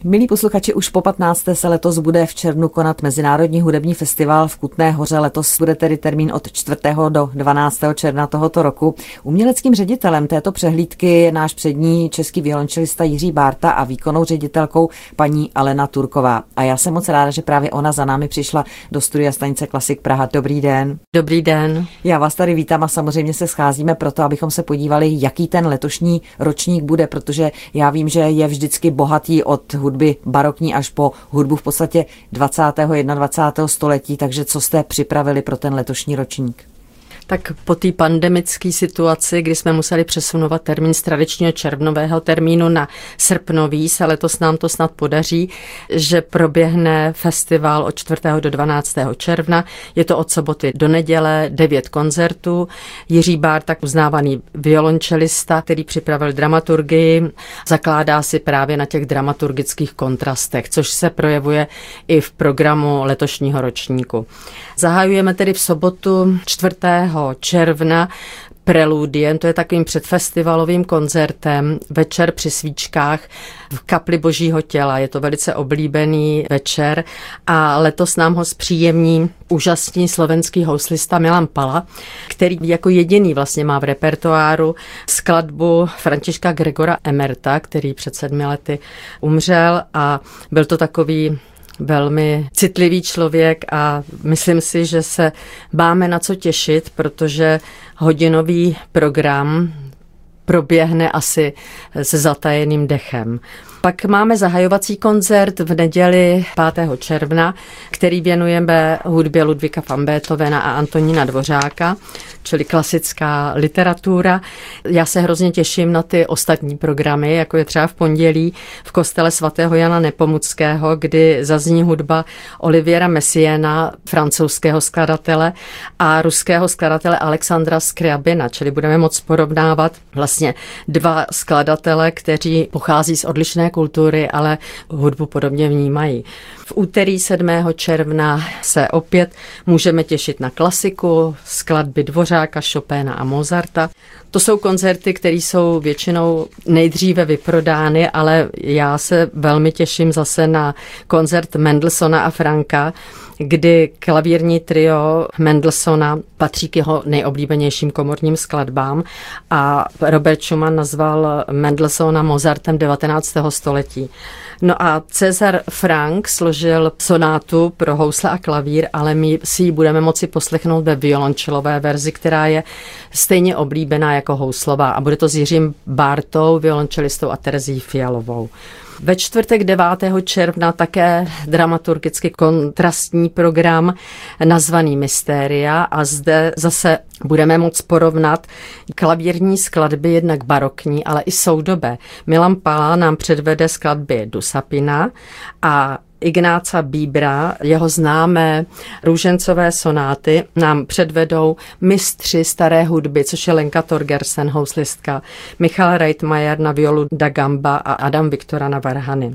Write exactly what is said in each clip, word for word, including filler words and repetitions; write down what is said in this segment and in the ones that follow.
Milí posluchači, už po patnácté se letos bude v červnu konat Mezinárodní hudební festival v Kutné Hoře. Letos bude tedy termín od čtvrtého do dvanáctého června tohoto roku. Uměleckým ředitelem této přehlídky je náš přední český violončelista Jiří Bárta a výkonnou ředitelkou paní Alena Turková. A já jsem moc ráda, že právě ona za námi přišla do studia stanice Klasik Praha. Dobrý den. Dobrý den. Já vás tady vítám a samozřejmě se scházíme proto, abychom se podívali, jaký ten letošní ročník bude, protože já vím, že je vždycky bohatý od hudby barokní až po hudbu v podstatě dvacátého dvacátého prvního století, takže co jste připravili pro ten letošní ročník? Tak po té pandemické situaci, kdy jsme museli přesunovat termín z tradičního červnového termínu na srpnový, se letos nám to snad podaří, že proběhne festival od čtvrtého do dvanáctého června. Je to od soboty do neděle, devět koncertů. Jiří Bárta, uznávaný violončelista, který připravil dramaturgii, zakládá si právě na těch dramaturgických kontrastech, což se projevuje i v programu letošního ročníku. Zahajujeme tedy v sobotu čtvrtého června preludiem, to je takovým předfestivalovým koncertem, večer při svíčkách v kapli Božího těla. Je to velice oblíbený večer a letos nám ho zpříjemní úžasný slovenský houslista Milan Pala, který jako jediný vlastně má v repertoáru skladbu Františka Gregora Emerta, který před sedmi lety umřel, a byl to takový velmi citlivý člověk a myslím si, že se máme na co těšit, protože hodinový program proběhne asi se zatajeným dechem. Pak máme zahajovací koncert v neděli pátého června, který věnujeme hudbě Ludvíka van Beethovena a Antonína Dvořáka, čili klasická literatura. Já se hrozně těším na ty ostatní programy, jako je třeba v pondělí v kostele svatého Jana Nepomuckého, kdy zazní hudba Oliviera Messiaena, francouzského skladatele, a ruského skladatele Alexandra Skriabina, čili budeme moct porovnávat vlastně dva skladatele, kteří pochází z odlišné kultury, ale hudbu podobně vnímají. V úterý sedmého června se opět můžeme těšit na klasiku, skladby Dvořáka, Chopina a Mozarta. To jsou koncerty, které jsou většinou nejdříve vyprodány, ale já se velmi těším zase na koncert Mendelssohna a Franka, kdy klavírní trio Mendelssohna patří k jeho nejoblíbenějším komorním skladbám a Robert Schumann nazval Mendelssohna Mozartem devatenáctého století. No a César Frank složil sonátu pro housle a klavír, ale my si ji budeme moci poslechnout ve violončelové verzi, která je stejně oblíbená jako houslová, a bude to s Jiřím Bártou, violončelistou, a Terezí Fialovou. Ve čtvrtek devátého června také dramaturgicky kontrastní program nazvaný Mystéria, a zde zase budeme moct porovnat klavírní skladby, jednak barokní, ale i soudobé. Milan Pala nám předvede skladby Dusapina a Ignáca Bíbra, jeho známé růžencové sonáty, nám předvedou mistři staré hudby, což je Lenka Torgersen, houslistka, Michal Reitmajer na violu da gamba a Adam Viktora na varhany.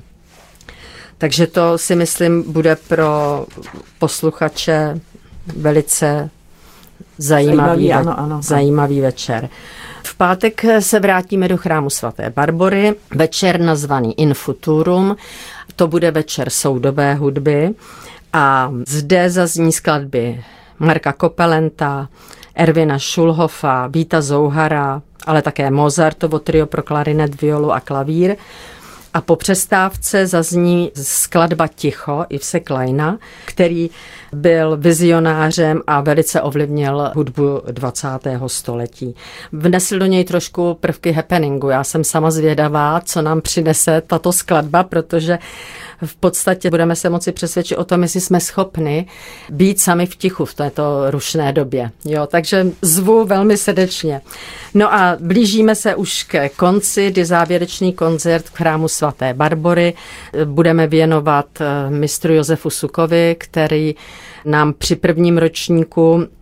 Takže to si myslím bude pro posluchače velice zajímavý, zajímavý, ve- ano, ano. zajímavý večer. V pátek se vrátíme do chrámu svaté Barbory, večer nazvaný In Futurum. To bude večer soudobé hudby a zde zazní skladby Marka Kopelenta, Ervina Schulhofa, Víta Zouhara, ale také Mozartovo trio pro klarinet, violu a klavír. A po přestávce zazní skladba Ticho Yvese Kleina, který byl vizionářem a velice ovlivnil hudbu dvacátého století. Vnesl do něj trošku prvky happeningu. Já jsem sama zvědavá, co nám přinese tato skladba, protože v podstatě budeme se moci přesvědčit o tom, jestli jsme schopni být sami v tichu v této rušné době. Jo, takže zvu velmi srdečně. No a blížíme se už ke konci, kdy závěrečný koncert v chrámu svaté Barbory budeme věnovat mistru Josefu Sukovi, který nám při prvním ročníku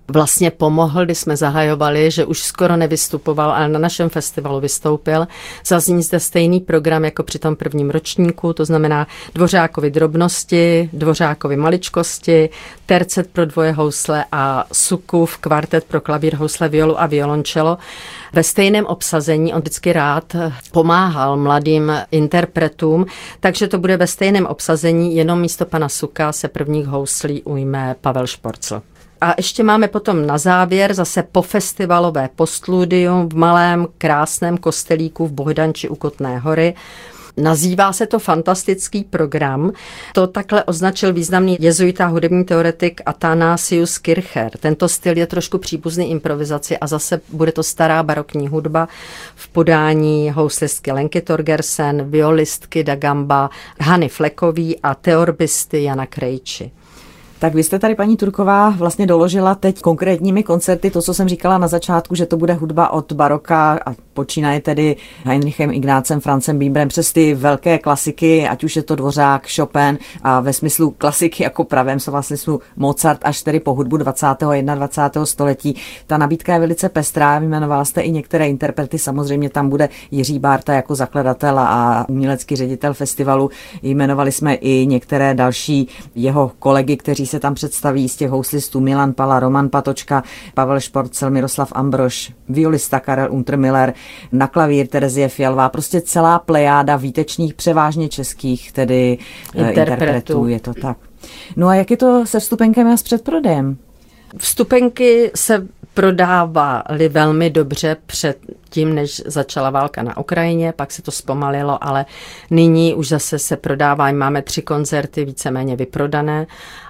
vlastně pomohl, když jsme zahajovali, že už skoro nevystupoval, ale na našem festivalu vystoupil. Zazní zde stejný program jako při tom prvním ročníku, to znamená Dvořákovi drobnosti, Dvořákovi maličkosti, tercet pro dvoje housle a Sukův kvartet pro klavír, housle, violu a violončelo. Ve stejném obsazení, on vždycky rád pomáhal mladým interpretům, takže to bude ve stejném obsazení, jenom místo pana Suka se prvních houslí ujme Pavel Šporcl. A ještě máme potom na závěr zase pofestivalové postludium v malém krásném kostelíku v Bohdanči u Kutné Hory. Nazývá se to Fantastický program. To takhle označil významný jezuita hudební teoretik Athanasius Kircher. Tento styl je trošku příbuzný improvizaci a zase bude to stará barokní hudba v podání houslistky Lenky Torgersen, violistky Dagamba, Hany Flekový a teorbisty Jana Krejči. Tak vy jste tady, paní Turková, vlastně doložila teď konkrétními koncerty to, co jsem říkala na začátku, že to bude hudba od baroka a počínaje tedy Heinrichem Ignácem, Francem Bíbrem přes ty velké klasiky, ať už je to Dvořák, Chopin a ve smyslu klasiky jako pravém slova smyslu Mozart až tedy po hudbu dvacátého a dvacátého prvního století. Ta nabídka je velice pestrá, vyjmenovala jste i některé interprety, samozřejmě tam bude Jiří Bárta jako zakladatel a umělecký ředitel festivalu. Jmenovali jsme i některé další jeho kolegy, kteří se tam představí z těch houslistů: Milan Pala, Roman Patočka, Pavel Šporcl, Miroslav Ambrož, violista Karel Untermiller, na klavír Terezie Fialová, prostě celá plejáda výtečných, převážně českých tedy interpretů. interpretů, je to tak. No a jak je to se vstupenkem a s předprodejem? Vstupenky se prodávaly velmi dobře před tím, než začala válka na Ukrajině, pak se to zpomalilo, ale nyní už zase se prodávají, máme tři koncerty víceméně vyprodané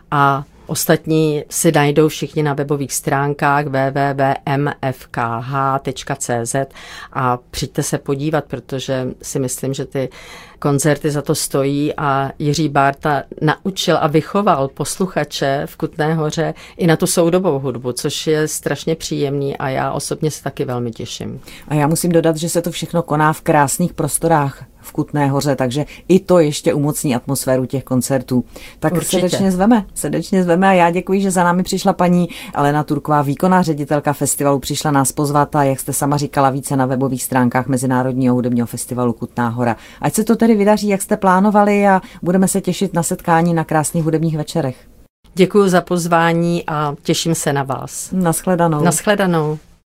a ostatní si najdou všichni na webových stránkách w w w tečka m f k h tečka c z a přijďte se podívat, protože si myslím, že ty koncerty za to stojí a Jiří Bárta naučil a vychoval posluchače v Kutné Hoře i na tu soudobou hudbu, což je strašně příjemný a já osobně se taky velmi těším. A já musím dodat, že se to všechno koná v krásných prostorách v Kutné Hoře, takže i to ještě umocní atmosféru těch koncertů. Tak určitě. srdečně zveme, srdečně zveme a já děkuji, že za námi přišla paní Alena Turková, výkonná ředitelka festivalu, přišla nás pozvat a jak jste sama říkala, více na webových stránkách Mezinárodního hudebního festivalu Kutná Hora. Ať se to tedy vydaří, jak jste plánovali a budeme se těšit na setkání na krásných hudebních večerech. Děkuji za pozvání a těším se na vás. Naschledanou. Naschledanou.